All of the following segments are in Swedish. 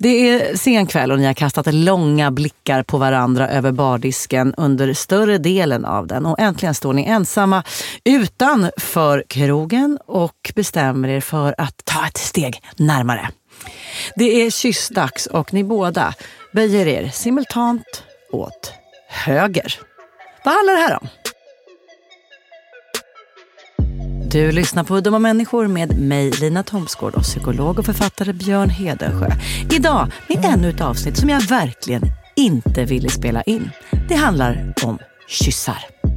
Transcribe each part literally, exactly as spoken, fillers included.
Det är sen kväll och ni har kastat långa blickar på varandra över bardisken under större delen av den. Och äntligen står ni ensamma utanför krogen och bestämmer er för att ta ett steg närmare. Det är kyssdags och ni båda böjer er simultant åt höger. Vad handlar det här om? Du lyssnar på Dumma människor med mig, Lina Thomsgård, och psykolog och författare Björn Hedensjö. Idag med ännu ett avsnitt som jag verkligen inte ville spela in. Det handlar om kyssar.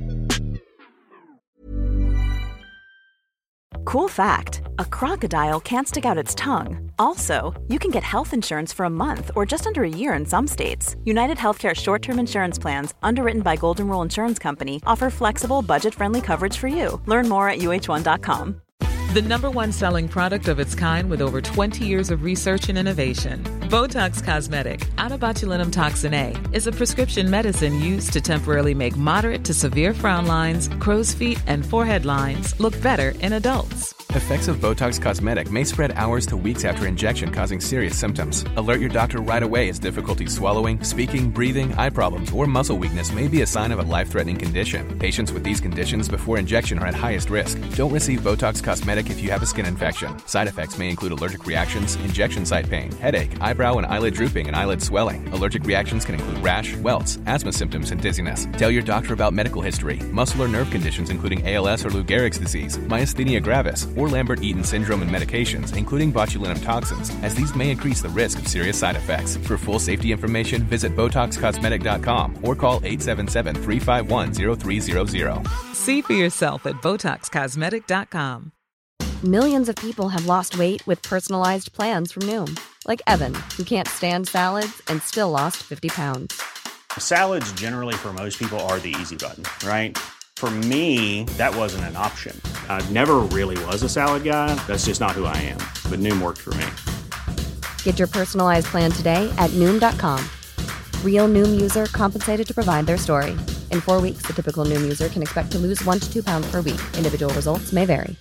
Cool fact, a crocodile can't stick out its tongue. Also, you can get health insurance for a month or just under a year in some states. United Healthcare short-term insurance plans, underwritten by Golden Rule Insurance Company, offer flexible, budget-friendly coverage for you. Learn more at U H one dot com. The number one selling product of its kind with over twenty years of research and innovation. Botox Cosmetic, out of botulinum toxin A, is a prescription medicine used to temporarily make moderate to severe frown lines, crow's feet, and forehead lines look better in adults. Effects of Botox Cosmetic may spread hours to weeks after injection, causing serious symptoms. Alert your doctor right away as difficulty swallowing, speaking, breathing, eye problems, or muscle weakness may be a sign of a life-threatening condition. Patients with these conditions before injection are at highest risk. Don't receive Botox Cosmetic if you have a skin infection. Side effects may include allergic reactions, injection site pain, headache, eyebrow and eyelid drooping, and eyelid swelling. Allergic reactions can include rash, welts, asthma symptoms, and dizziness. Tell your doctor about medical history, muscle or nerve conditions including A L S or Lou Gehrig's disease, myasthenia gravis, or Lambert-Eaton syndrome and medications, including botulinum toxins, as these may increase the risk of serious side effects. For full safety information, visit Botox Cosmetic dot com or call eight seven seven, three five one, zero three zero zero. See for yourself at Botox Cosmetic dot com. Millions of people have lost weight with personalized plans from Noom. Like Evan, who can't stand salads and still lost fifty pounds. Salads generally for most people are the easy button, right? For me, that wasn't an option. I never really was a salad guy. That's just not who I am. But Noom worked for me. Get your personalized plan today at Noom dot com. Real Noom user compensated to provide their story. In four weeks, the typical Noom user can expect to lose one to two pounds per week. Individual results may vary.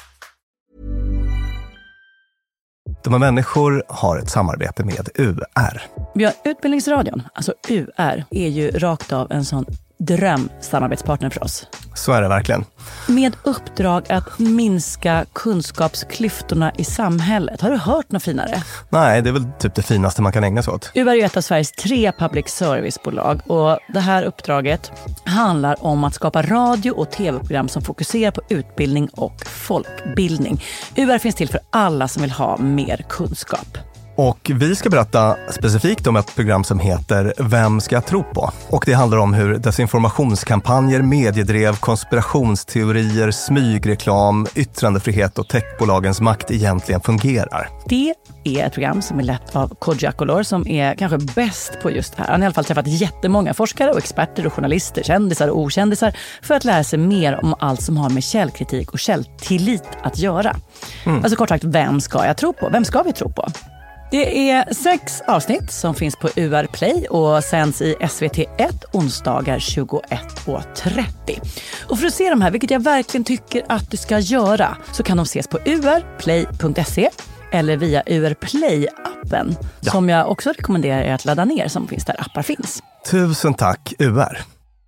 Dumma människor har ett samarbete med U R. Ja, Utbildningsradion, alltså U R, är ju rakt av en sån drömsamarbetspartner för oss. Så är det verkligen. Med uppdrag att minska kunskapsklyftorna i samhället. Har du hört något finare? Nej, det är väl typ det finaste man kan ägna sig åt. U R är ju ett av Sveriges tre public servicebolag och det här uppdraget handlar om att skapa radio- och tv-program som fokuserar på utbildning och folkbildning. U R finns till för alla som vill ha mer kunskap. Och vi ska berätta specifikt om ett program som heter Vem ska jag tro på? Och det handlar om hur desinformationskampanjer, mediedrev, konspirationsteorier, smygreklam, yttrandefrihet och techbolagens makt egentligen fungerar. Det är ett program som är lett av Kodjo Akolor som är kanske bäst på just det här. Han har i alla fall träffat jättemånga forskare och experter och journalister, kändisar och okändisar för att lära sig mer om allt som har med källkritik och källtillit att göra. Mm. Alltså kort sagt, vem ska jag tro på? Vem ska vi tro på? Det är sex avsnitt som finns på U R Play och sänds i S V T ett onsdagar tjugoett och trettio. Och för att se de här, vilket jag verkligen tycker att du ska göra, så kan de ses på u r play punkt se eller via U R Play-appen ja. Som jag också rekommenderar er att ladda ner, som finns där appar finns. Tusen tack U R.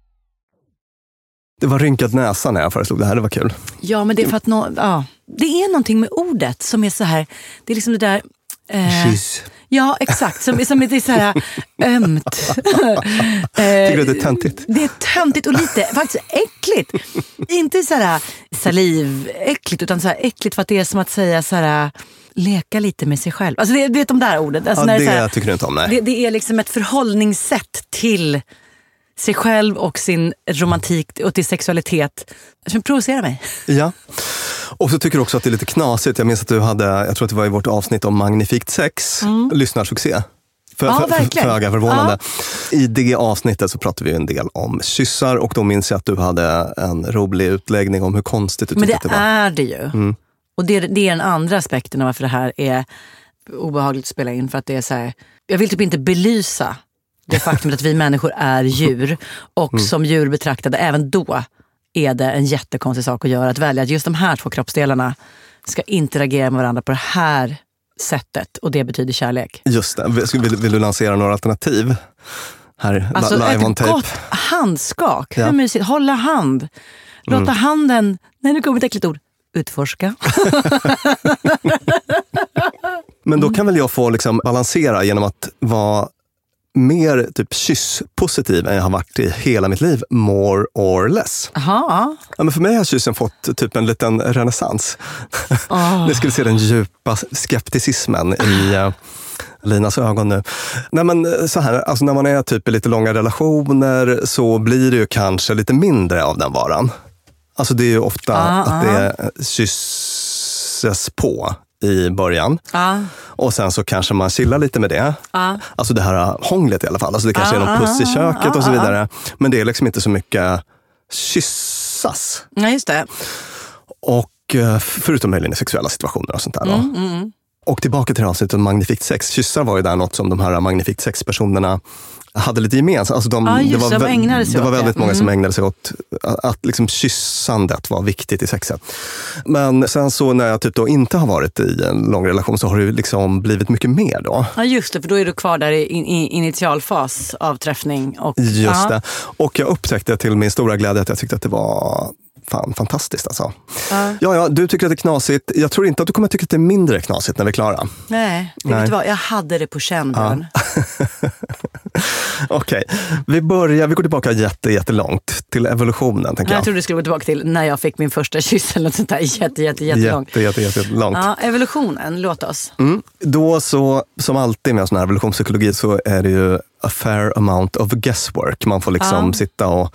Det var rynkat näsan när jag föreslog det här, det var kul. Ja, men det är för att no- ja, det är någonting med ordet som är så här, det är liksom det där Eh, Kyss. Ja, exakt. Som, som är så här ömt. Tycker du det är töntigt? Det är töntigt och lite faktiskt äckligt. Inte så här saliväckligt, utan så här äckligt för att det är som att säga så här, leka lite med sig själv. Alltså det, det är de där orden. Alltså ja, när det, det, så här, tycker du inte om, nej. Det, det är liksom ett förhållningssätt till sig själv och sin romantik och till sexualitet som provocerar mig. Ja. Och så tycker du också att det är lite knasigt. Jag minns att du hade, jag tror att det var i vårt avsnitt om magnifikt sex, mm. lyssnarsuccé. För, ja, för, för, för öga förvånande. Ja. I det avsnittet så pratade vi en del om kyssar och då minns jag att du hade en rolig utläggning om hur konstigt du tyckte det, det var. Men det är det ju. Mm. Och det, det är den andra aspekten av varför det här är obehagligt att spela in, för att det är så här, jag vill typ inte belysa det faktum att vi människor är djur och mm. som djur betraktade, även då är det en jättekonstig sak att göra, att välja att just de här två kroppsdelarna ska interagera med varandra på det här sättet och det betyder kärlek. Just det. Vill, vill du lansera några alternativ? Här, alltså live on ett tape. gott handskak. Ja. Hur mysigt. Hålla hand. Låta mm. handen, nej nu kommer ett äckligt ord, utforska. Men då kan väl jag få liksom balansera genom att vara mer typ kysspositiv än jag har varit i hela mitt liv, more or less. Aha. Ja, men för mig har kyssen fått typ en liten renässans. Oh. Ni skulle se den djupa skepticismen i uh, Linas ögon nu. Nej, men så här, alltså när man är typ i lite långa relationer så blir det ju kanske lite mindre av den varan. Alltså det är ju ofta ah, att ah. det kysses på i början. Ah. Och sen så kanske man chillar lite med det. Ah. Alltså det här hånglet i alla fall. Alltså det kanske ah, är någon puss i köket ah, och så vidare. Ah. Men det är liksom inte så mycket kyssas. Nej, just det. Och förutom möjligen i sexuella situationer och sånt där. Mm, mm. Och tillbaka till det avsnittet om Magnifikt sex. Kyssar var ju där något som de här Magnifikt sex-personerna hade lite gemensamt. Alltså de, ah, just, det var, de ägnade sig det var väldigt det. många mm. som ägnade sig åt att, att liksom kyssandet var viktigt i sexet. Men sen så när jag typ då inte har varit i en lång relation så har det liksom blivit mycket mer då. Ja just det, för då är du kvar där i, i initialfas av träffning. Och, just aha. det. Och jag upptäckte till min stora glädje att jag tyckte att det var fan fantastiskt alltså. Uh. Ja, ja, du tycker att det är knasigt. Jag tror inte att du kommer tycka att det är mindre knasigt när vi är klara. Nej, det Nej. Vet du vad? Jag hade det på känn. Ja. Okej, okay. vi börjar, vi går tillbaka jätte, jättelångt till evolutionen, tänker jag. Jag trodde du skulle gå tillbaka till när jag fick min första kyss eller något sånt där jätte, jätte, jättelångt. Jätte, jätte, jätte långt. Ja, evolutionen, låt oss. Mm. Då så, som alltid med sån här evolutionspsykologi så är det ju a fair amount of guesswork. Man får liksom ja. sitta och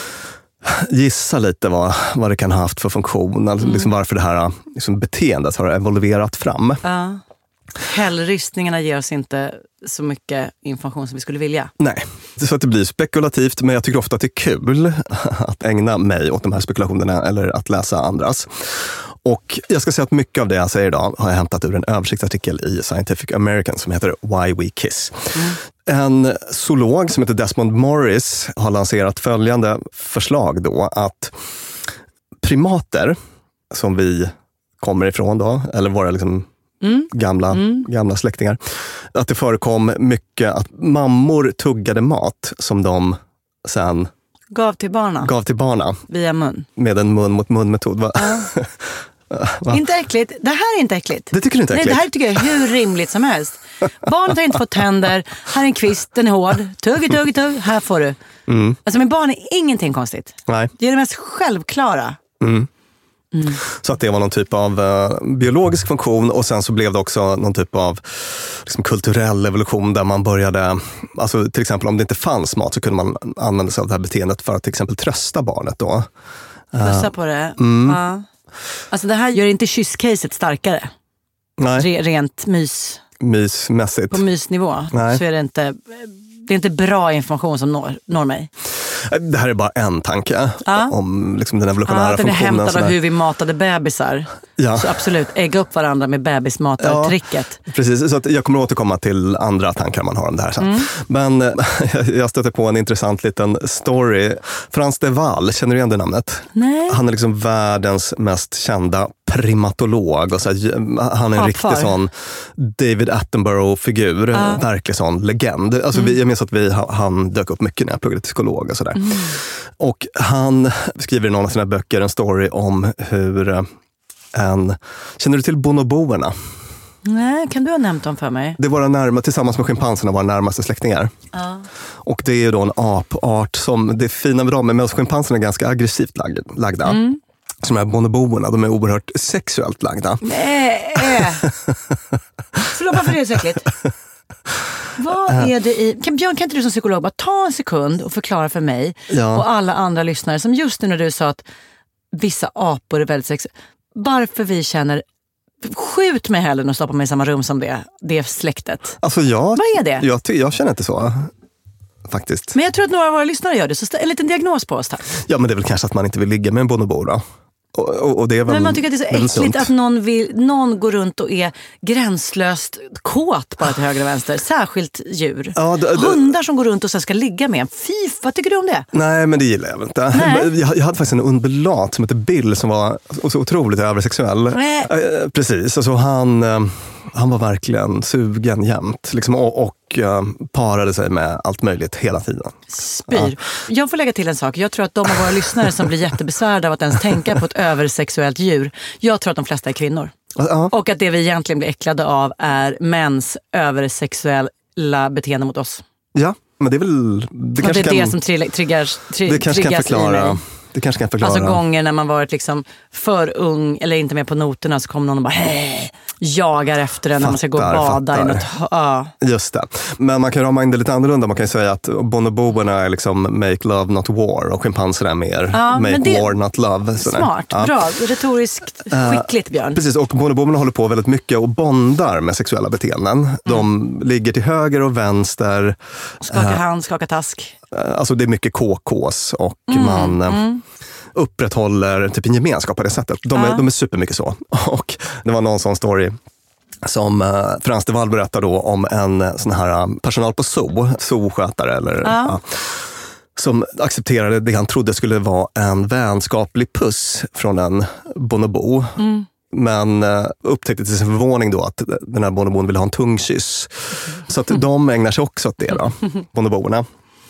gissa lite vad, vad det kan ha haft för funktion. Alltså mm. liksom varför det här liksom beteendet har evolverat fram. Ja. Hällristningarna ger oss inte så mycket information som vi skulle vilja. Nej, så att det blir spekulativt, men jag tycker ofta att det är kul att ägna mig åt de här spekulationerna eller att läsa andras. Och jag ska säga att mycket av det jag säger idag har jag hämtat ur en översiktsartikel i Scientific American som heter Why We Kiss. Mm. En zoolog som heter Desmond Morris har lanserat följande förslag då, att primater som vi kommer ifrån då, eller våra liksom Mm. Gamla, mm. gamla släktingar. Att det förekom mycket att mammor tuggade mat som de sen gav till barna. Gav till barna. Via mun. Med en mun mot mun-metod. Va? Ja. Va? Inte äckligt. Det här är inte äckligt. Det tycker du inte är äckligt? Nej, det här tycker jag är hur rimligt som helst. Barnet har inte fått tänder. Här är en kvist, den är hård. Tugg, tugg, tugg. Här får du. Mm. Alltså med barn är ingenting konstigt. Nej. Det är det mest självklara. Mm. Mm. Så att det var någon typ av uh, biologisk funktion och sen så blev det också någon typ av liksom, kulturell evolution där man började, alltså till exempel om det inte fanns mat så kunde man använda sig av det här beteendet för att till exempel trösta barnet då. Pussa uh, på det. Mm. Ja. Alltså det här gör inte kysscaset starkare. Nej. Re- rent mys. Mysmässigt. På mysnivå. Nej. Så är det inte, det är inte bra information som når, når mig. Det här är bara en tanke ja. om liksom den evolutionära ja, den funktionen. Den är hämtad av hur vi matade bebisar. Ja. Så absolut, ägga upp varandra med bebismatartricket. Ja, precis, så att jag kommer återkomma till andra tankar man har om det här sen. Mm. Men jag stötte på en intressant liten story. Frans de Waal, känner du igen det namnet? Nej. Han är liksom världens mest kända primatolog. Och så här, han är en riktig sån David Attenborough-figur. Uh. Verklig sån legend. Alltså, mm. vi, jag minns att vi, han dök upp mycket när jag pluggade till psykolog och sådär. Mm. Och han skriver i någon av sina böcker en story om hur en... Känner du till bonoboerna? Nej, kan du ha nämnt dem för mig? Det var närma, tillsammans med schimpanserna våra närmaste släktingar. Uh. Och det är ju då en apart som, det fina med dem, men schimpanserna är ganska aggressivt lag, lagda. Mm. Som är bonoboerna, de är oerhört sexuellt lagda. Nej! Förlåt, varför är det så äckligt? Vad är det i... Kan, Björn, kan inte du som psykolog bara ta en sekund och förklara för mig ja. och alla andra lyssnare som just nu när du sa att vissa apor är väldigt sexuella. Varför vi känner... Skjut mig hellre och stoppa mig i samma rum som det, det släktet. Alltså jag... Vad är det? Jag, jag känner inte så, faktiskt. Men jag tror att några av våra lyssnare gör det. Så en liten diagnos på oss här. Ja, men det är väl kanske att man inte vill ligga med en bonobo då. Och, och, och det är väl, men man tycker att det är så äckligt att någon, vill, någon går runt och är gränslöst kåt bara till höger och vänster. Särskilt djur. Ja, det, det, Hundar som går runt och så ska ligga med en. Fy, vad tycker du om det? Nej, men det gillar jag inte. Jag, jag hade faktiskt en undulat som heter Bill som var så otroligt översexuell. Nej. Precis, alltså han... Han var verkligen sugen jämt. Liksom, och och uh, parade sig med allt möjligt hela tiden. Spyr. Ja. Jag får lägga till en sak. Jag tror att de av våra lyssnare som blir jättebesvärda av att ens tänka på ett översexuellt djur. Jag tror att de flesta är kvinnor. Ja. Och att det vi egentligen blir äcklade av är mäns översexuella beteende mot oss. Ja, men det är väl... Det, och kanske det är kan, det som triggar, triggar, det kanske kan förklara... Det kanske kan förklara. Alltså gånger när man varit liksom för ung eller inte med på noterna, så kommer någon och bara hej, jagar efter den när man ska gå och bada i något. Ja. Just det. Men man kan rama in det lite annorlunda. Man kan ju säga att bonoboerna är liksom make love not war och schimpanser är mer ja, make det... war not love. Sådär. Smart, ja. Bra, retoriskt skickligt, Björn. Uh, precis, och bonoboerna håller på väldigt mycket och bondar med sexuella beteenden. Mm. De ligger till höger och vänster. Skaka uh, hand, skaka task. Uh, alltså det är mycket K Ks och mm. man... Uh, mm. upprätthåller typ en gemenskap på det sättet. De är, ja. de är supermycket så. Och det var någon sån story som uh, Frans de Waal berättar då om en sån här personal på zoo, zooskötare eller... Ja. Ja, som accepterade det han trodde skulle vara en vänskaplig puss från en bonobo. Mm. Men uh, upptäckte till sin förvåning då att den här bonobon ville ha en tungkyss. Så att de ägnar sig också åt det då, bonoboerna.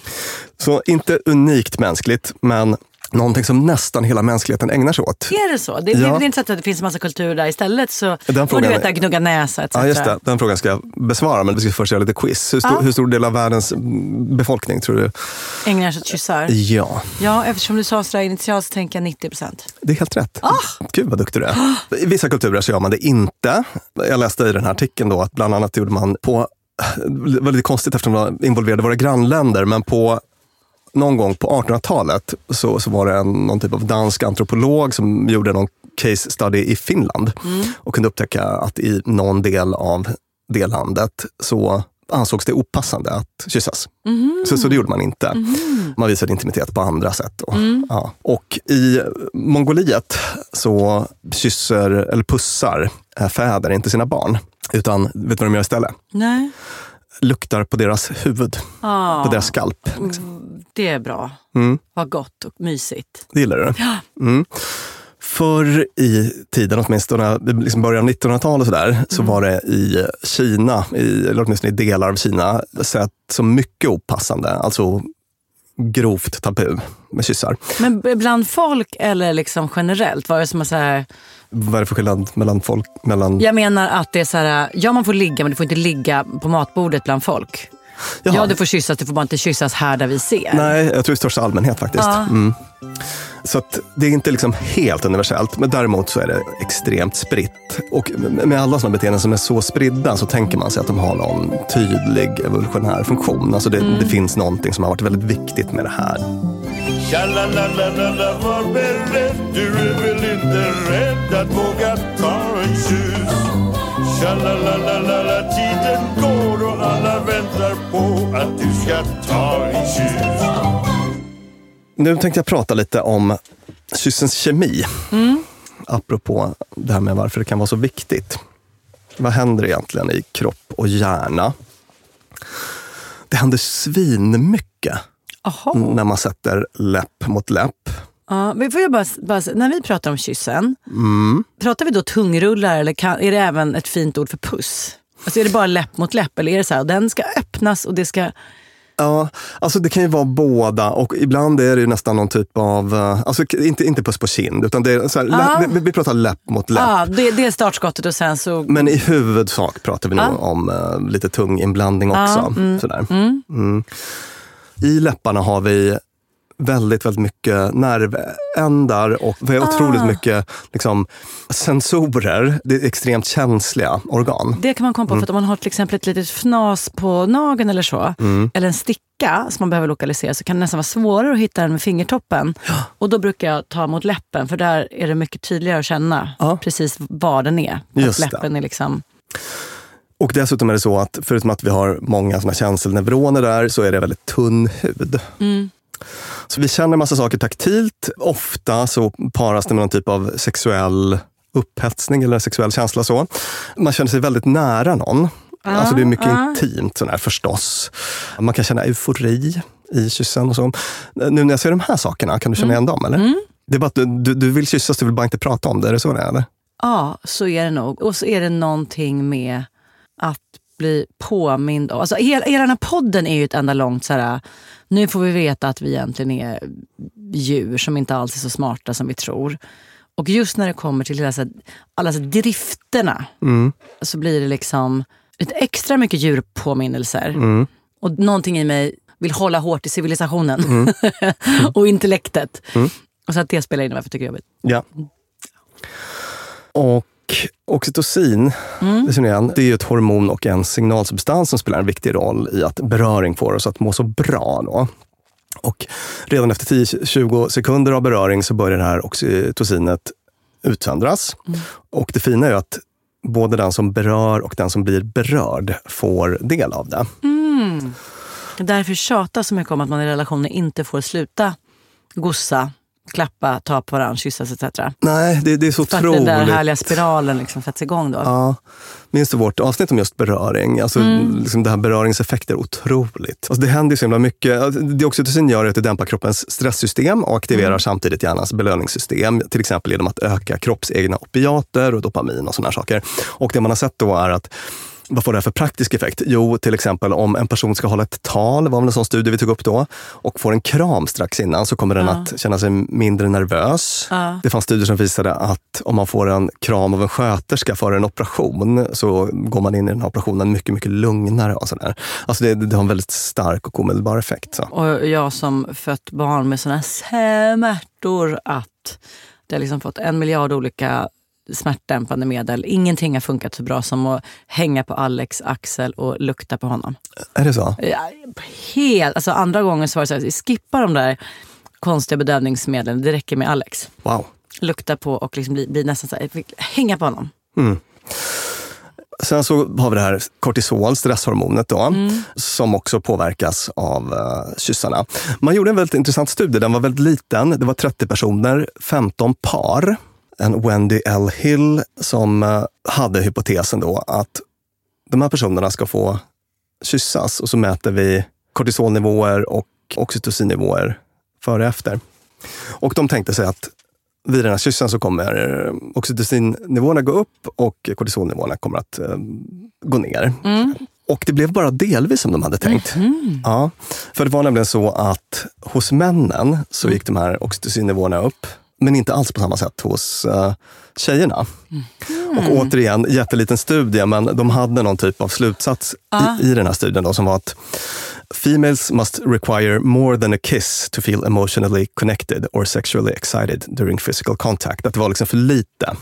Så inte unikt mänskligt, men någonting som nästan hela mänskligheten ägnar sig åt. Är det så? Det, ja. det, det är inte så att det finns en massa kultur där istället. Så, den frågan, och du vet, där gnugga näsa, et cetera. Ja, just det. Den frågan ska jag besvara, men vi ska först göra lite quiz. Hur stor, ja. hur stor del av världens befolkning tror du? Ägnar sig åt kyssar? Ja. Ja, eftersom du sa sådär initialt så tänker jag nittio procent. Det är helt rätt. Ah. Gud vad duktig du är. I vissa kulturer så gör man det inte. Jag läste i den här artikeln då att bland annat gjorde man på, det var lite konstigt eftersom man involverade våra grannländer, men på någon gång på artonhundratalet så, så var det en, någon typ av dansk antropolog som gjorde någon case study i Finland mm. och kunde upptäcka att i någon del av det landet så ansågs det opassande att kyssas. Mm. Så, så det gjorde man inte. Mm. Man visade intimitet på andra sätt. Och, mm. ja. och i Mongoliet så kysser eller pussar fäder inte sina barn. Utan vet du vad de gör istället? Nej. Luktar på deras huvud, ah. på deras skalp. Liksom. Det är bra. Mm. Vad gott och mysigt. Det gillar du? Ja. Mm. Förr i tiden, åtminstone liksom början av nittonhundratalet och sådär, mm. så var det i Kina, i, eller åtminstone i delar av Kina, sett som mycket opassande, alltså grovt tabu med kyssar. Men bland folk eller liksom generellt? Var det som att så här... Vad är det för skillnad mellan folk? Mellan... Jag menar att det är så här, ja man får ligga men du får inte ligga på matbordet bland folk. Jaha. Ja, du får kyssas, du får bara inte kyssas här där vi ser. Nej, jag tror i största allmänhet faktiskt. Ja. Mm. Så att det är inte liksom helt universellt, men däremot så är det extremt spritt. Och med alla sådana beteenden som är så spridda så tänker man sig att de har någon tydlig evolutionär funktion. Alltså det, mm. det finns någonting som har varit väldigt viktigt med det här. Tjalalalala, var beredd, du är väl inte rädd att våga ta en kyss. Tjalalalala, tiden går och alla väntar på att du ska ta en kyss. Nu tänkte jag prata lite om kyssens kemi. Mm. Apropå det här med varför det kan vara så viktigt. Vad händer egentligen i kropp och hjärna? Det händer svinmycket Aha. när man sätter läpp mot läpp. Ja, men får jag bara, bara, när vi pratar om kyssen, mm. pratar vi då tungrullar eller kan, är det även ett fint ord för puss? Alltså är det bara läpp mot läpp eller är det så här, den ska öppnas och det ska... Ja, alltså det kan ju vara båda och ibland är det ju nästan någon typ av, alltså inte, inte puss på kind utan det är så här, ja. läpp, vi, vi pratar läpp mot läpp. Ja, det, det är startskottet och sen så... Men i huvudsak pratar vi nog ja. om uh, lite tung inblandning också. Ja, mm, sådär. Mm. Mm. I läpparna har vi väldigt, väldigt mycket nervändar och vi har ah. otroligt mycket liksom, sensorer. Det är extremt känsliga organ. Det kan man komma på mm. för att om man har till exempel ett litet fnas på nageln eller så, mm. eller en sticka som man behöver lokalisera, så kan det nästan vara svårare att hitta den med fingertoppen. Ja. Och då brukar jag ta mot läppen för där är det mycket tydligare att känna ja. precis var den är. Att läppen är liksom... Och dessutom är det så att förutom att vi har många såna känselneuroner där så är det väldigt tunn hud. Mm. Så vi känner massa saker taktilt. Ofta så paras det med någon typ av sexuell upphetsning eller sexuell känsla så. Man känner sig väldigt nära någon. Ah, alltså det är mycket ah. intimt sådär förstås. Man kan känna eufori i kyssen och så. Nu när jag ser de här sakerna, kan du känna mm. igen dem eller? Mm. Det är bara att du, du, du vill kyssas, du vill bara inte prata om det. Är det så det är eller? Ja, så är det nog. Och så är det någonting med att bli påmind. Alltså hela, hela den här podden är ju ett enda långt så här, nu får vi veta att vi egentligen är djur som inte alls är så smarta som vi tror. Och just när det kommer till hela, så här, alla så här, drifterna mm. så blir det liksom ett extra mycket djurpåminnelser. Mm. Och någonting i mig vill hålla hårt i civilisationen mm. och intellektet. Mm. Och så att det spelar in varför tycker jag jobbigt. Ja. Och oxytocin, mm. det, igen, det är ju ett hormon och en signalsubstans som spelar en viktig roll i att beröring får oss att må så bra då. Och redan efter tio till tjugo sekunder av beröring så börjar det här oxytocinet utsöndras. Mm. Och det fina är ju att både den som berör och den som blir berörd får del av det. Mm. Därför tjatar så mycket om att man i relationer inte får sluta gossa, klappa, ta på varandra, kyssas et cetera. Nej, det, det är så otroligt. Den där härliga spiralen liksom sätts igång då. Ja, minns du vårt avsnitt om just beröring? Alltså mm. liksom det här beröringseffekter är otroligt. Alltså det händer ju så himla mycket. Det oxytocin gör att det dämpar kroppens stresssystem och aktiverar mm. samtidigt hjärnans belöningssystem. Till exempel genom att öka kroppsegna opiater och dopamin och sådana här saker. Och det man har sett då är att vad får det här för praktisk effekt? Jo, till exempel om en person ska hålla ett tal, var väl en sån studie vi tog upp då, och får en kram strax innan så kommer den ja. att känna sig mindre nervös. Ja. Det fanns studier som visade att om man får en kram av en sköterska för en operation så går man in i den här operationen mycket, mycket lugnare och sådär. Alltså det, det har en väldigt stark och omedelbar effekt. Så. Och jag som fött barn med såna smärtor att det har liksom fått en miljard olika smärtdämpande medel. Ingenting har funkat så bra som att hänga på Alex axel och lukta på honom. Är det så? Ja, helt, alltså andra gången så var det så här, skippa de där konstiga bedövningsmedlen. Det räcker med Alex. Wow. Lukta på och liksom bli, bli nästan så här, hänga på honom. Mm. Sen så har vi det här kortisol, stresshormonet då, mm. som också påverkas av uh, kyssarna. Man gjorde en väldigt intressant studie, den var väldigt liten. Det var trettio personer, femton par. En Wendy L. Hill som uh, hade hypotesen då att de här personerna ska få kyssas och så mäter vi kortisolnivåer och oxytocinnivåer före och efter. Och de tänkte sig att vid den här kyssen så kommer oxytocinnivåerna gå upp och kortisolnivåerna kommer att uh, gå ner. Mm. Och det blev bara delvis som de hade tänkt. Mm. Ja, för det var nämligen så att hos männen så gick de här oxytocinnivåerna upp. Men inte alls på samma sätt hos uh, tjejerna. Mm. Och återigen, jätteliten studie, men de hade någon typ av slutsats ah. i, i den här studien då, som var att females must require more than a kiss to feel emotionally connected or sexually excited during physical contact. Att det var liksom för lite.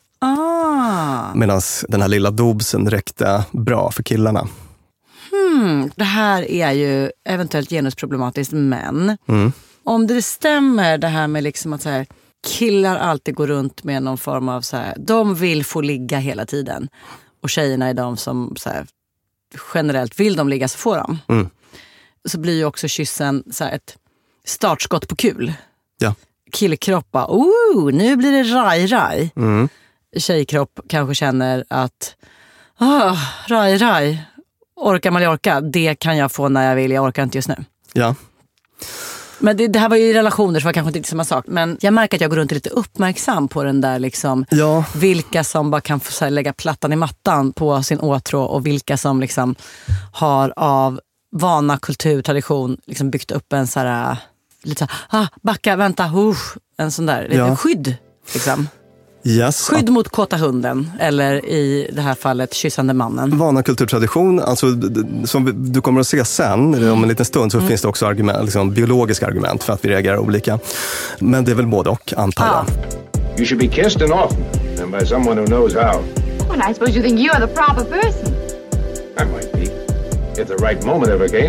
Ah. Medan den här lilla dobsen räckte bra för killarna. Hmm, det här är ju eventuellt genusproblematiskt, men mm. om det stämmer det här med liksom att så här, killar alltid går runt med någon form av så här, de vill få ligga hela tiden. Och tjejerna är de som så här, generellt vill de ligga så får de. Mm. Så blir ju också kyssen så här, ett startskott på kul. Ja. Killkroppa, oh, nu blir det raj-raj. Mm. Tjejkropp kanske känner att oh, raj-raj, orka Mallorca, det kan jag få när jag vill, jag orkar inte just nu. Ja. Men det, det här var ju i relationer så var kanske inte samma sak. Men jag märker att jag går runt lite uppmärksam på den där liksom, ja. vilka som bara kan få så här, lägga plattan i mattan på sin åtrå och vilka som liksom har av vana, kultur, tradition liksom byggt upp en så här, lite så här, ah, backa, vänta, uh, en sån där, lite ja. skydd liksom. Yes. Skydd mot kåta hunden, eller i det här fallet kyssande mannen. Vana, kulturtradition, alltså som du kommer att se sen, eller om en liten stund, så mm. finns det också argument, liksom, biologiska argument för att vi reagerar olika. Men det är väl både och, antar jag. Ah. You should be kissed and often, and by someone who knows how. Well, I suppose you think you're the proper person. I might be, if the right moment ever came.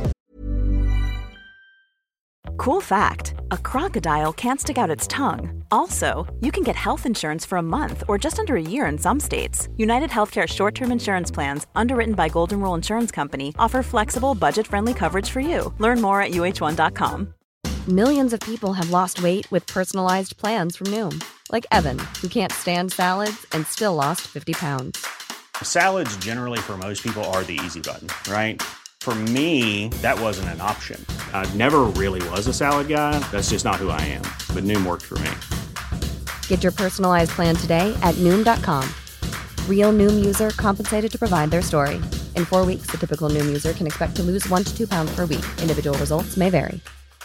Cool fact, a crocodile can't stick out its tongue. Also, you can get health insurance for a month or just under a year in some states. United Healthcare short-term insurance plans, underwritten by Golden Rule Insurance Company, offer flexible, budget-friendly coverage for you. Learn more at U H one dot com. Millions of people have lost weight with personalized plans from Noom. Like Evan, who can't stand salads and still lost fifty pounds. Salads generally for most people are the easy button, right? For me, that wasn't an option. I never really was a salad guy. That's just not who I am. But Noom worked for me. Get your personalized plan today at Noom dot com. Real Noom user compensated to provide their story. In four weeks, the typical Noom user can expect to lose one to two pounds per week. Individual results may vary.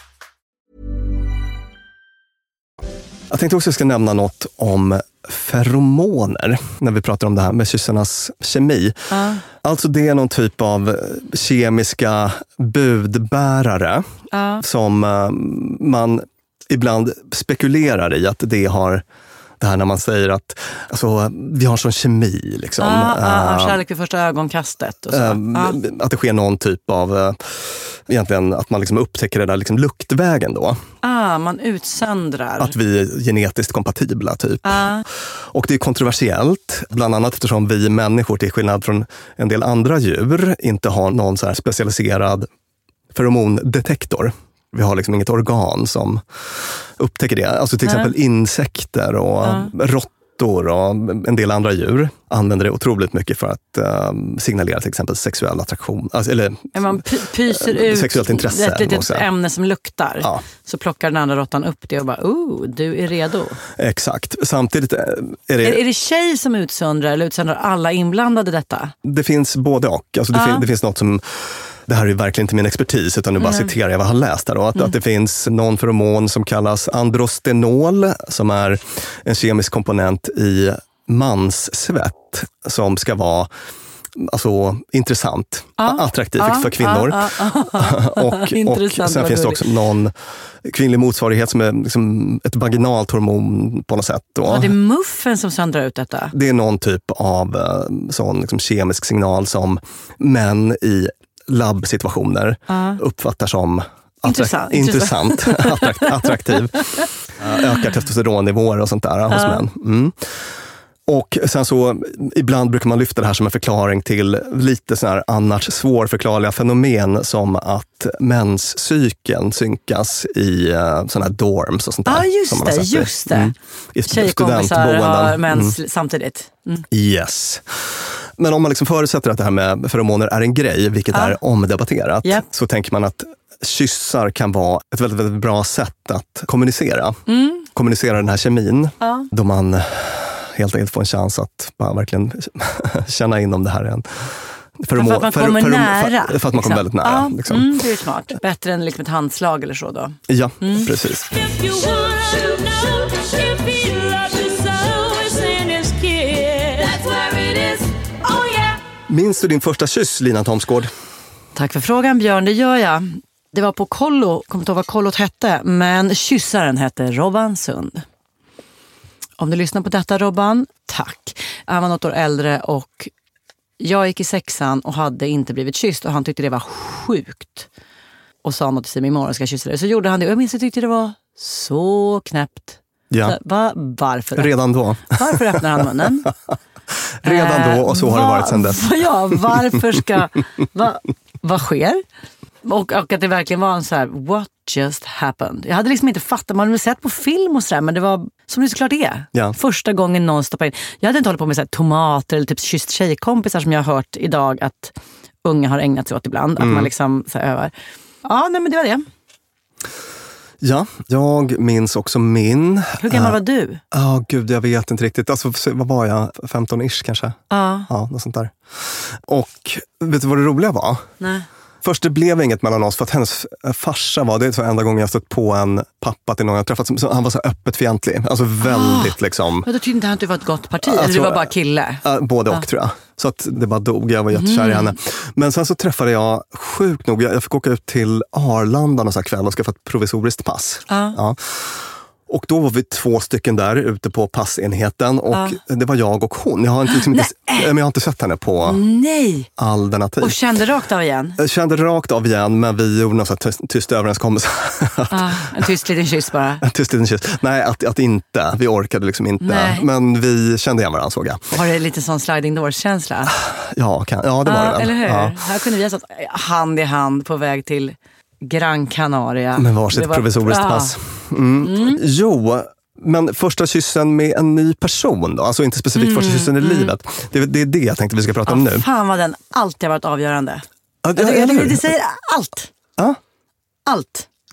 Jag tänkte också att jag ska nämna något om feromoner när vi pratar om det här med kyssarnas kemi. Uh. Alltså det är någon typ av kemiska budbärare uh. som uh, man ibland spekulerar i att det har det här när man säger att alltså, vi har sån kemi liksom. Ah, ah, uh, kärlek vid första ögonkastet. Och så. Uh, ah. Att det sker någon typ av, uh, egentligen att man liksom upptäcker det där liksom luktvägen då. Ah, man utsöndrar. Att vi är genetiskt kompatibla typ. Ah. Och det är kontroversiellt, bland annat eftersom vi människor till skillnad från en del andra djur inte har någon så här specialiserad feromondetektor. Vi har liksom inget organ som upptäcker det. Alltså till exempel insekter och ja. råttor och en del andra djur använder det otroligt mycket för att um, signalera till exempel sexuell attraktion. Alltså, eller man p- pyser ut sexuellt intresse, ett litet ämne som luktar. Ja. Så plockar den andra råttan upp det och bara, oh, du är redo. Exakt. Samtidigt är det... Är, är det tjej som utsöndrar eller utsöndrar alla inblandade detta? Det finns både och. Alltså det, ja. fin- det finns något som... Det här är verkligen inte min expertis utan nu bara mm. citerar jag vad jag har läst här då. Att, mm. att det finns någon feromon som kallas androstenol som är en kemisk komponent i manssvett som ska vara alltså, intressant, ah, attraktiv ah, för kvinnor. Ah, ah, ah. och, och sen finns det också någon kvinnlig motsvarighet som är liksom ett vaginalt hormon på något sätt. Då. Ja, det är muffen som söndrar ut detta. Det är någon typ av sån liksom, kemisk signal som män i labbsituationer uh. uppfattar som intressant, intressant attrakt, attraktiv. Ökar testosteronnivåer och sånt där uh. hos män. Mm. Och sen så, ibland brukar man lyfta det här som en förklaring till lite sån här annars svårförklarliga fenomen som att menscykeln synkas i uh, såna här dorms och sånt där. Ja, ah, just det, just det. Mm. I studentboenden. Har mens mm. samtidigt. Mm. Yes. Men om man liksom förutsätter att det här med feromoner är en grej, vilket ah. är omdebatterat, yep. så tänker man att kyssar kan vara ett väldigt, väldigt bra sätt att kommunicera. Mm. Kommunicera den här kemin, ah. då man helt enkelt får en chans att bara verkligen känna in om det här är en... För, för att man kommer för, nära. För, för att man kommer väldigt nära. Ja, liksom. mm, det är smart. Bättre än liksom ett handslag eller så då. Ja, mm. precis. Minns du din första kyss, Lina Thomsgård? Tack för frågan, Björn. Det gör jag. Det var på kollo. Kommer inte ihåg vad kollot hette. Men kyssaren hette Robban Sund. Om du lyssnar på detta, Robban, tack. Han var något år äldre och jag gick i sexan och hade inte blivit kysst. Och han tyckte det var sjukt. Och sa något till sig, min morgon ska kyssa dig. Så gjorde han det. Och jag minns att jag tyckte det var så knäppt. Ja. Så, va, varför? Redan då. Varför öppnar han munnen? Redan då och så har va, det varit sedan dess. Ja, varför ska... Va, vad sker? Och, och att det verkligen var en så här, what just happened? Jag hade liksom inte fattat, man hade sett på film och sådär, men det var som det såklart är. Ja. Första gången någon stoppade in. Jag hade inte hållit på med så här, tomater eller typ kysst tjejkompisar som jag har hört idag att unga har ägnat sig åt ibland. Mm. Att man liksom så här, övar. Ja, nej men det var det. Ja, jag minns också min. Hur gammal var du? Ja, uh, oh, gud, jag vet inte riktigt. Alltså, vad var jag? femton-ish kanske? Uh. Ja, något sånt där. Och vet du vad det roliga var? Nej. Först det blev inget mellan oss för att hennes farsa var, det var enda gången jag stött på en pappa till någon jag träffat. Som, han var så öppet fientlig. Alltså väldigt oh. liksom. Men då tyckte inte han att du var ett gott parti? Eller du var bara kille? Uh, både och uh. tror jag. Så att det bara dog, jag var jättekär mm. i henne. Men sen så träffade jag, sjukt nog, jag fick åka ut till Arlanda någon sån kväll och skaffa ett provisoriskt pass. Uh. Ja. Och då var vi två stycken där ute på passenheten och uh. det var jag och hon. Jag har inte, liksom inte, men jag har inte sett henne på Nej. all denna tid. Och kände rakt av igen? Jag kände rakt av igen, men vi gjorde någon sån tyst, tyst överenskommelse. Uh, en tyst liten kyss bara? En tyst liten kyss. Nej, att, att inte. Vi orkade liksom inte. Nej. Men vi kände igen varandra, såg jag. Var det lite sån sliding doors-känsla? Ja, kan, ja, det var uh, det. Eller hur? Ja. Här kunde vi ha satt hand i hand på väg till Gran Canaria. Med varsitt var provisoriskt bra. Pass. Mm. Mm. Jo, men första kyssen med en ny person då? Alltså inte specifikt mm. första kyssen i mm. livet. Det, det är det jag tänkte vi ska prata ja, om nu. Fan vad den alltid har varit avgörande. Ja, det, jag, jag, det säger allt. Ja? Allt.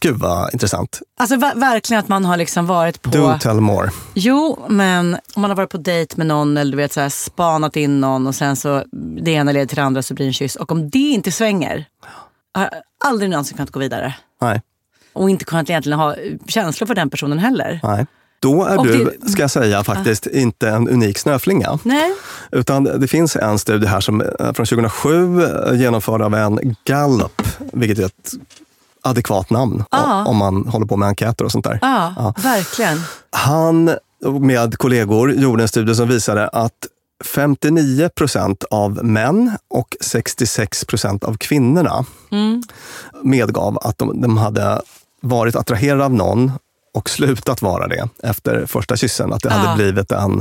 Gud vad intressant. Alltså ver- verkligen att man har liksom varit på... Do tell more. Jo, men om man har varit på dejt med någon eller du vet så här, spanat in någon och sen så det ena leder till det andra så blir det en kyss. Och om det inte svänger, har jag aldrig någonsin kunnat gå vidare. Nej. Och inte kunnat egentligen ha känslor för den personen heller. Nej. Då är och du, det, ska jag säga, faktiskt uh. inte en unik snöflinga. Nej. Utan det finns en studie här som från tjugohundrasju genomförd av en Gallup, vilket är ett adekvat namn uh. om man håller på med enkäter och sånt där. Uh, ja, verkligen. Han med kollegor gjorde en studie som visade att femtionio procent av män och sextiosex procent av kvinnorna mm. medgav att de, de hade varit attraherade av någon och slutat vara det efter första kyssen. Att det ja. hade blivit en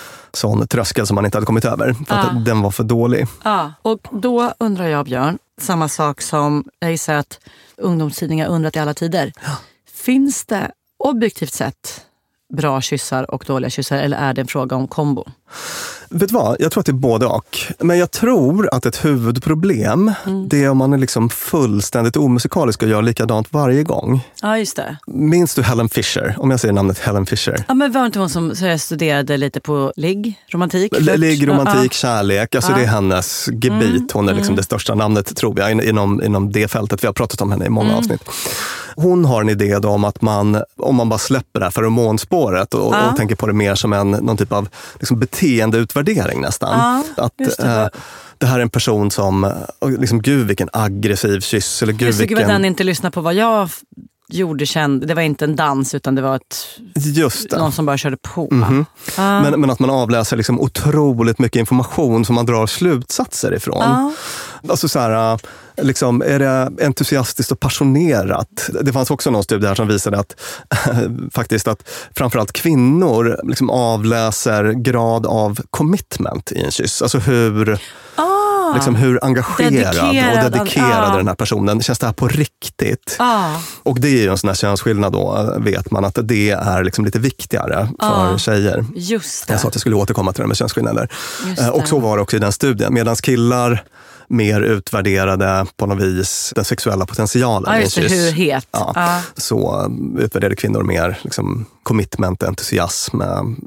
sån tröskel som man inte hade kommit över. För ja. att den var för dålig. Ja, och då undrar jag, Björn, samma sak som jag gissar att ungdomstidningar undrat i alla tider. Ja. Finns det objektivt sett bra kyssar och dåliga kyssar, eller är det en fråga om kombo? Vet du vad? Jag tror att det är både och. Men jag tror att ett huvudproblem mm. det är om man är liksom fullständigt omusikalisk och gör likadant varje gång. Ja, just det. Minns du Helen Fisher? Om jag säger namnet Helen Fisher. Ja, men var inte hon som så jag studerade lite på ligg, romantik? L- ligg, romantik, ja. kärlek. Alltså ja. det är hennes gebit. Mm. Hon är liksom mm. det största namnet, tror jag, inom, inom det fältet. Vi har pratat om henne i många mm. avsnitt. Hon har en idé då om att man, om man bara släpper det här feromonspåret och, ja. och tänker på det mer som en, någon typ av liksom beteendeutvärdering nästan. Ja, att det. Eh, det här är en person som, liksom, gud vilken aggressiv kyss. Eller, gud, jag tycker vilken... att den inte lyssnar på vad jag gjorde känd. Det var inte en dans utan det var ett, Just det. någon som bara körde på. Mm-hmm. Ah. Men, men att man avläser liksom otroligt mycket information som man drar slutsatser ifrån. Ah. Alltså så här, liksom, är det entusiastiskt och passionerat? Det fanns också någon studie här som visade att faktiskt att framförallt kvinnor liksom avläser grad av commitment i en kyss. Alltså hur... Ah. Liksom hur engagerad dedikerad, och dedikerad ah. den här personen. Känns det här på riktigt? Ah. Och det är ju en sån här könsskillnad då, vet man, att det är liksom lite viktigare för ah. tjejer. Just det. Jag sa att jag skulle återkomma till det med könsskillnader. Och så var det också i den studien. Medan killar mer utvärderade på något vis den sexuella potentialen. Ja, just det, hur het. Ja. Ah. Så utvärderade kvinnor mer liksom, commitment, entusiasm.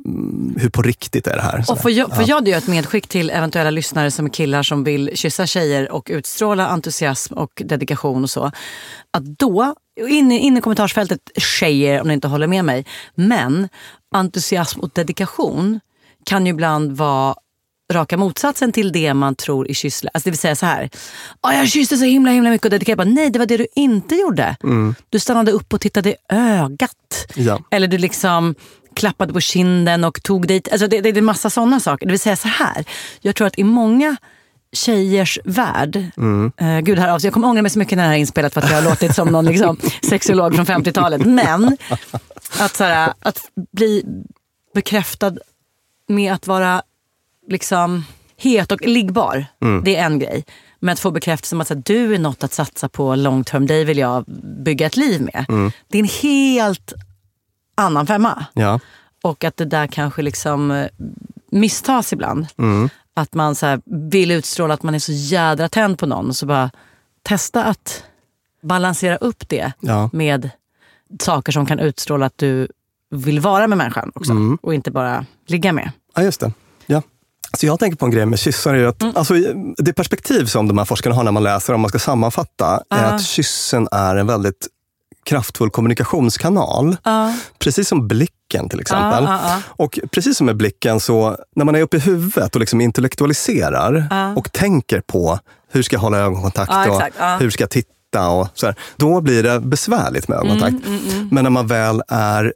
Hur på riktigt är det här? Och får jag, får jag göra ett medskick till eventuella lyssnare som är killar som vill kyssa tjejer och utstråla entusiasm och dedikation och så. Att då, in, in i kommentarsfältet tjejer om ni inte håller med mig, men entusiasm och dedikation kan ju ibland vara raka motsatsen till det man tror i kyssla. Alltså det vill säga så här. Åh, jag kysste så himla himla mycket och dedikerade. Nej, det var det du inte gjorde. Mm. Du stannade upp och tittade i ögat. Ja. Eller du liksom klappade på kinden och tog dit. Alltså det, det är en massa sådana saker. Det vill säga så här. Jag tror att i många tjejers värld. Mm. Uh, gud, här, alltså, jag kommer ångra mig så mycket när det här är inspelat för att jag har låtit som någon liksom, sexolog från femtiotalet. Men att, så här, att bli bekräftad med att vara liksom het och liggbar, mm. det är en grej. Men att få bekräftelse som att så här, du är något att satsa på long term, dig vill jag bygga ett liv med. Mm. Det är en helt annan femma. Ja. Och att det där kanske liksom misstas ibland. Mm. Att man så här, vill utstråla att man är så jädra tänd på någon och så bara testa att balansera upp det ja. med saker som kan utstråla att du vill vara med människan också. Mm. Och inte bara ligga med. Ja, just det. Ja. Så jag tänker på en grej med kyssar är att mm. alltså, det perspektiv som de här forskarna har när man läser, om man ska sammanfatta, uh. är att kyssen är en väldigt kraftfull kommunikationskanal. Uh. Precis som blicken till exempel. Uh, uh, uh. Och precis som med blicken så, när man är uppe i huvudet och liksom intellektualiserar uh. och tänker på hur ska jag hålla ögonkontakt uh, och uh. hur ska jag titta och så här, då blir det besvärligt med ögonkontakt. Mm, mm, mm. Men när man väl är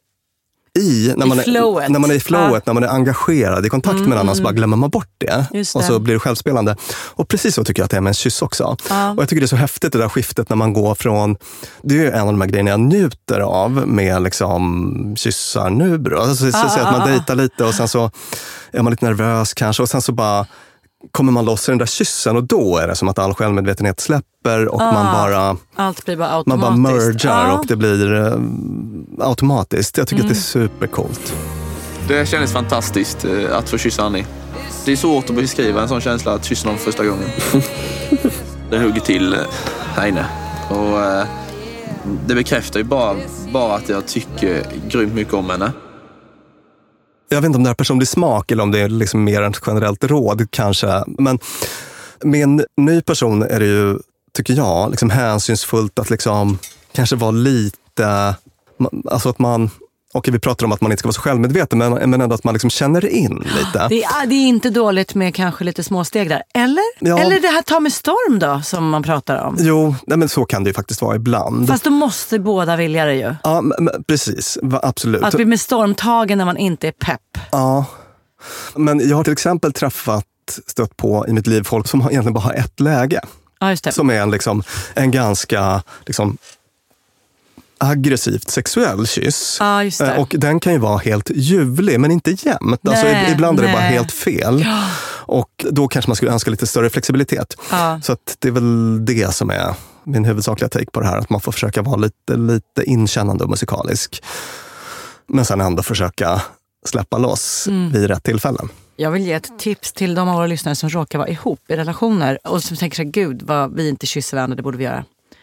I, när, I man är, när man är i flowet, ah. när man är engagerad i kontakt mm, med någon annan, så bara glömmer man bort det. det. Och så blir det självspelande. Och precis så tycker jag att det är med en kyss också. Ah. Och jag tycker det är så häftigt det där skiftet när man går från, det är en av de här grejerna jag njuter av med liksom kyssar nu. Alltså, så, ah, så att man ah, dejtar lite och sen så är man lite nervös kanske och sen så bara kommer man loss i den där kyssen och då är det som att all självmedvetenhet släpper och ah, man bara allt blir bara man bara mergar ah. och det blir uh, automatiskt. Jag tycker mm. att det är supercoolt. Det kändes fantastiskt uh, att få kyssa Annie. Det är svårt att beskriva en sån känsla att kyssa någon första gången. Det hugger till uh, här inne. Och uh, det bekräftar ju bara, bara att jag tycker grymt mycket om henne. Jag vet inte om det är personlig smak eller om det är liksom mer än generellt råd kanske. Men med en ny person är det ju, tycker jag, liksom hänsynsfullt att liksom kanske vara lite, alltså att man, okej vi pratar om att man inte ska vara så självmedveten, men, men ändå att man liksom känner in lite. Det är, det är inte dåligt med kanske lite småsteg där. Eller? Ja. Eller det här ta med storm då, som man pratar om. Jo, nej, men så kan det ju faktiskt vara ibland. Fast då måste båda vilja det ju. Ja, men, precis. Va, absolut. Att bli med stormtagen när man inte är pepp. Ja, men jag har till exempel träffat, stött på i mitt liv folk som egentligen bara har ett läge. Ja, just det. Som är en, liksom, en ganska liksom, aggressivt sexuell kyss. Ja, just det. Och den kan ju vara helt ljuvlig, men inte jämt. Nej, alltså, ibland är det nej. bara helt fel. Ja. Och då kanske man skulle önska lite större flexibilitet. Ja. Så att det är väl det som är min huvudsakliga take på det här. Att man får försöka vara lite, lite inkännande och musikalisk. Men sen ändå försöka släppa loss mm. vid rätt tillfällen. Jag vill ge ett tips till de av våra lyssnare som råkar vara ihop i relationer och som tänker sig, gud vad vi inte kysser varandra, det borde vi göra.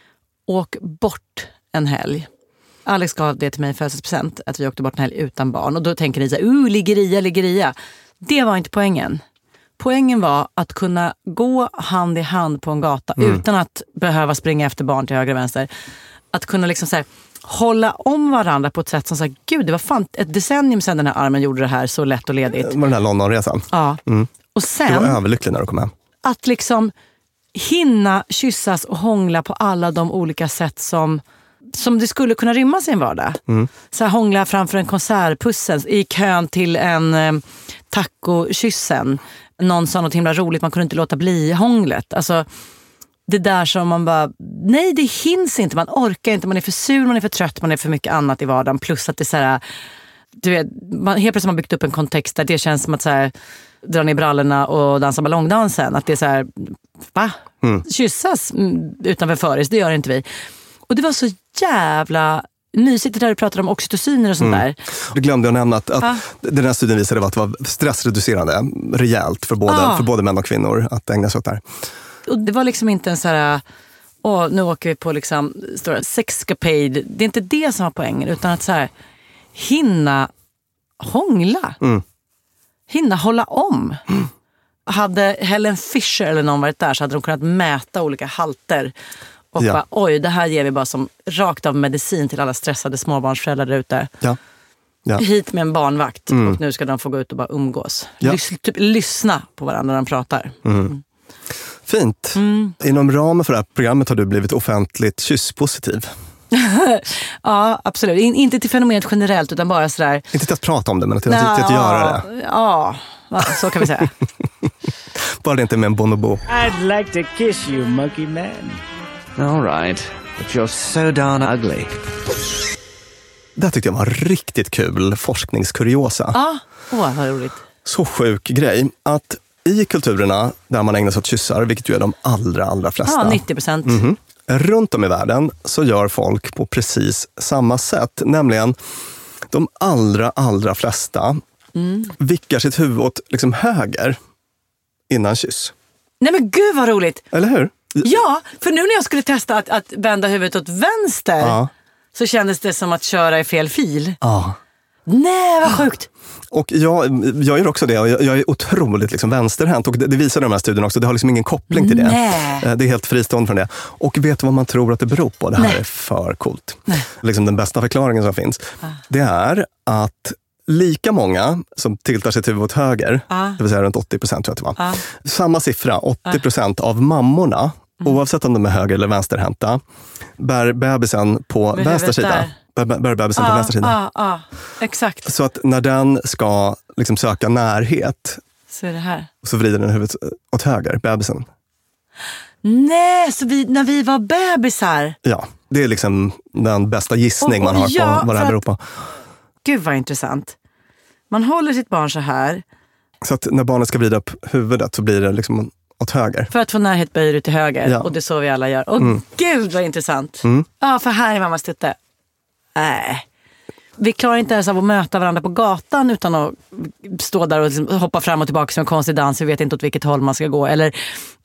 Åk bort en helg. Alex gav det till mig i födelsedagspresent, att vi åkte bort en helg utan barn. Och då tänker ni så här, uh, liggeria, liggeria. Det var inte poängen. Poängen var att kunna gå hand i hand på en gata mm. utan att behöva springa efter barn till höger och vänster. Att kunna liksom så här, hålla om varandra på ett sätt som säger, gud det var fan ett decennium sedan den här armen gjorde det här så lätt och ledigt. Det var den här Londonresan. Ja. Mm. Och sen, du var överlycklig när du kom hem. Att liksom hinna kyssas och hångla på alla de olika sätt som, som det skulle kunna rymmas i en vardag. Mm. Så här, hångla framför en konsertpussen i kön till en eh, tacokyssen. Någon sa något himla roligt, man kunde inte låta bli hånglet. Alltså det där som man bara, nej det hinns inte, man orkar inte, man är för sur, man är för trött, man är för mycket annat i vardagen. Plus att det är så här, du vet, man, helt plötsligt har man byggt upp en kontext där det känns som att så här, dra ner brallorna och dansa ballongdansen. Att det är så här, va? Mm. Kyssas utanför föris, det gör inte vi. Och det var så jävla mysigt, det där du pratade om oxytociner och sånt mm. där. Du glömde att nämna att, att ah. den här studien visade att det var stressreducerande rejält för både, ah. för både män och kvinnor att ägna sig åt det här. Och det var liksom inte en så här, åh, nu åker vi på liksom stora sexcapade. Det är inte det som var poängen, utan att så här, hinna hångla. Mm. Hinna hålla om. Mm. Hade Helen Fisher eller någon varit där så hade de kunnat mäta olika halter. Och ja. bara, oj, det här ger vi bara som rakt av medicin till alla stressade småbarnsföräldrar där ute. Ja. Ja. Hit med en barnvakt mm. och nu ska de få gå ut och bara umgås. Ja. Lys- typ, lyssna på varandra när de pratar. Mm. Mm. Fint. Mm. Inom ramen för det här programmet har du blivit offentligt kysspositiv. Ja, absolut. In, inte till fenomenet generellt utan bara sådär. Inte till att prata om det, men till, Nå, att, till att göra det. Ja, så kan vi säga. Bara det inte med en bonobo. I'd like to kiss you, monkey man. All right, but you're so darn ugly. Det tyckte jag var riktigt kul forskningskuriosa. Ja, åh vad roligt. Så sjuk grej att i kulturerna där man ägnar sig åt kyssar, vilket ju är de allra, allra flesta. Ja, nittio procent. Mm-hmm. Runt om i världen så gör folk på precis samma sätt. Nämligen de allra, allra flesta mm. vickar sitt huvud åt liksom höger innan kyss. Nej men gud vad roligt! Eller hur? Ja, för nu när jag skulle testa att, att vända huvudet åt vänster ja. så kändes det som att köra i fel fil. Ja. Nej, vad sjukt! Och jag, jag gör också det. Jag, jag är otroligt liksom vänsterhänt. Och det, det visar de här studierna också. Det har liksom ingen koppling till det. Nej. Det är helt fristående från det. Och vet du vad man tror att det beror på? Det här Nej. är för coolt. Nej. Liksom den bästa förklaringen som finns. Ah. Det är att lika många som tiltar sitt huvud åt höger, ah. det vill säga runt åttio procent tror jag att det var. Ah. Samma siffra, åttio procent ah. av mammorna, mm. oavsett om de är höger- eller vänsterhänta, bär bebisen på Med vänster sida. Bär bebisen ah, på vänster sida. Ah, ah. Exakt. Så att när den ska liksom söka närhet så är det här. Så vrider den huvudet åt höger, bebisen. Nej, så vi, när vi var bebisar. Ja, det är liksom den bästa gissning och, och, man har ja, på vad det här beror på. Gud vad intressant. Man håller sitt barn så här. Så att när barnet ska vrida upp huvudet så blir det liksom åt höger. För att få närhet böjer du till höger. Ja. Och det är så vi alla gör. Och mm. gud vad intressant. Mm. Ja, för här är mammas tutte. Nej. Vi klarar inte ens av att möta varandra på gatan utan att stå där och liksom hoppa fram och tillbaka som en konstig dans. Vi vet inte åt vilket håll man ska gå. Eller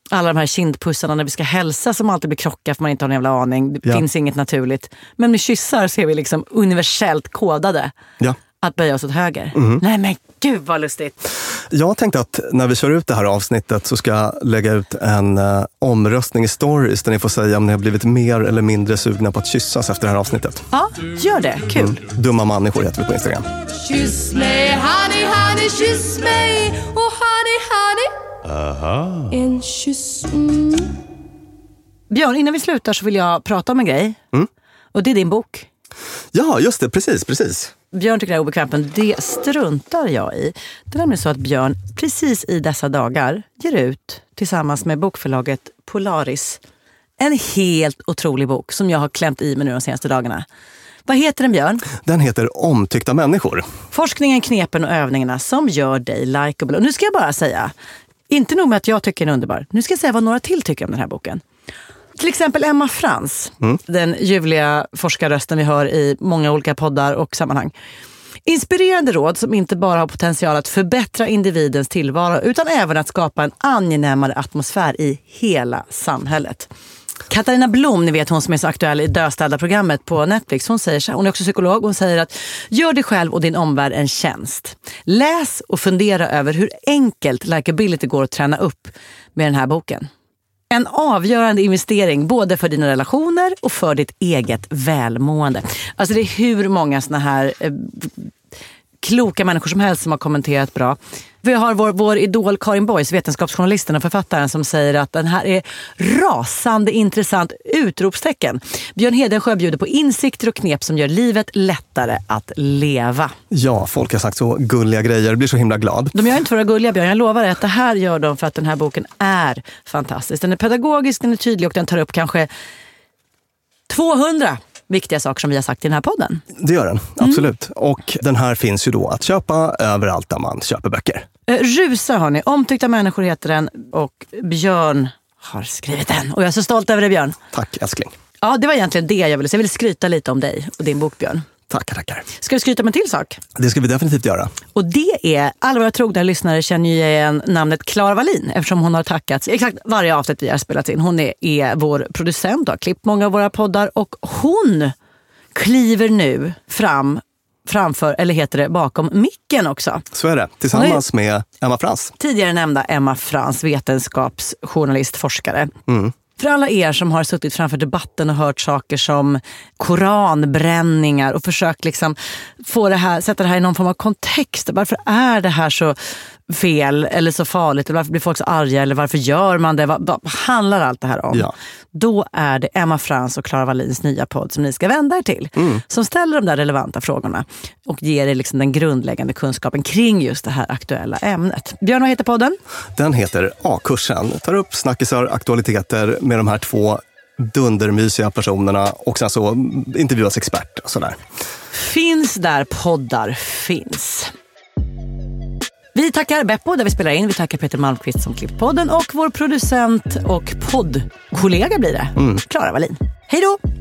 Alla de här kindpussarna när vi ska hälsa som alltid blir krockar för man inte har en jävla aning. Det Ja. finns inget naturligt. Men med kyssar så är vi liksom universellt kodade. Ja. Att böja oss åt höger. Mhm. Nej men gud vad lustigt. Jag tänkte att när vi kör ut det här avsnittet så ska jag lägga ut en uh, omröstning i stories där ni får säga om ni har blivit mer eller mindre sugna på att kyssas efter det här avsnittet. Ja, gör det. Kul. Mm. Dumma människor heter vi på Instagram. Kyss mig, honey, honey, kyss mig. Och honey, honey. Aha. En kyss. Mm. Björn, innan vi slutar så vill jag prata om en grej. Mm. Och det är din bok. Ja, just det. Precis, precis. Björn tycker det är obekvämt, men det struntar jag i. Det är nämligen så att Björn precis i dessa dagar ger ut tillsammans med bokförlaget Polaris en helt otrolig bok som jag har klämt i mig nu de senaste dagarna. Vad heter den, Björn? Den heter Omtyckta människor. Forskningen, knepen och övningarna som gör dig likeable. Och nu ska jag bara säga, inte nog med att jag tycker den är underbar. Nu ska jag säga vad några till tycker om den här boken. Till exempel Emma Frans, mm. den ljuvliga forskarrösten vi hör i många olika poddar och sammanhang. Inspirerande råd som inte bara har potential att förbättra individens tillvaro utan även att skapa en angenämare atmosfär i hela samhället. Katarina Blom, ni vet hon som är så aktuell i Döstäda-programmet på Netflix, hon säger så här, hon är också psykolog, hon säger att gör dig själv och din omvärld en tjänst. Läs och fundera över hur enkelt likability går att träna upp med den här boken. En avgörande investering både för dina relationer och för ditt eget välmående. Alltså det är hur många såna här eh, kloka människor som helst som har kommenterat bra. Vi har vår, vår idol Karin Boys, vetenskapsjournalisten och författaren, som säger att den här är rasande intressant utropstecken. Björn Hedensjö bjuder på insikter och knep som gör livet lättare att leva. Ja, folk har sagt så gulliga grejer. Jag blir så himla glad. De gör inte för att vara gulliga, Björn. Jag lovar dig att det här gör de för att den här boken är fantastisk. Den är pedagogisk, den är tydlig och den tar upp kanske tvåhundra viktiga saker som vi har sagt i den här podden. Det gör den, absolut. Mm. Och den här finns ju då att köpa överallt där man köper böcker. Eh, Rusa har ni. Omtyckta människor heter den och Björn har skrivit den. Och jag är så stolt över det, Björn. Tack, älskling. Ja, det var egentligen det jag ville säga. Jag ville skryta lite om dig och din bok, Björn. Tackar, tackar. Ska vi skryta med en till sak? Det ska vi definitivt göra. Och det är, alla våra trogna lyssnare känner ju igen namnet Clara Wallin eftersom hon har tackats exakt varje avsnitt vi har spelat in. Hon är, är vår producent och har klippt många av våra poddar och hon kliver nu fram framför, eller heter det bakom micken också. Så är det, tillsammans med Emma Frans. Tidigare nämnda Emma Frans, vetenskapsjournalist, forskare. Mm. För alla er som har suttit framför debatten och hört saker som koranbränningar och försökt liksom få det här, sätta det här i någon form av kontext. Varför är det här så fel eller så farligt? Eller varför blir folk så arga? Eller varför gör man det? Vad, vad handlar allt det här om? Ja. Då är det Emma Frans och Clara Wallins nya podd som ni ska vända er till. Mm. Som ställer de där relevanta frågorna och ger er liksom den grundläggande kunskapen kring just det här aktuella ämnet. Björn, vad heter podden? Den heter A-kursen. Tar upp snackisar, aktualiteter med de här två dundermysiga personerna och sen så intervjuas experter och sådär. Finns där poddar finns. Vi tackar Beppo där vi spelar in. Vi tackar Peter Malmqvist som klippt podden och vår producent och poddkollega blir det, Clara Wallin. Hej då!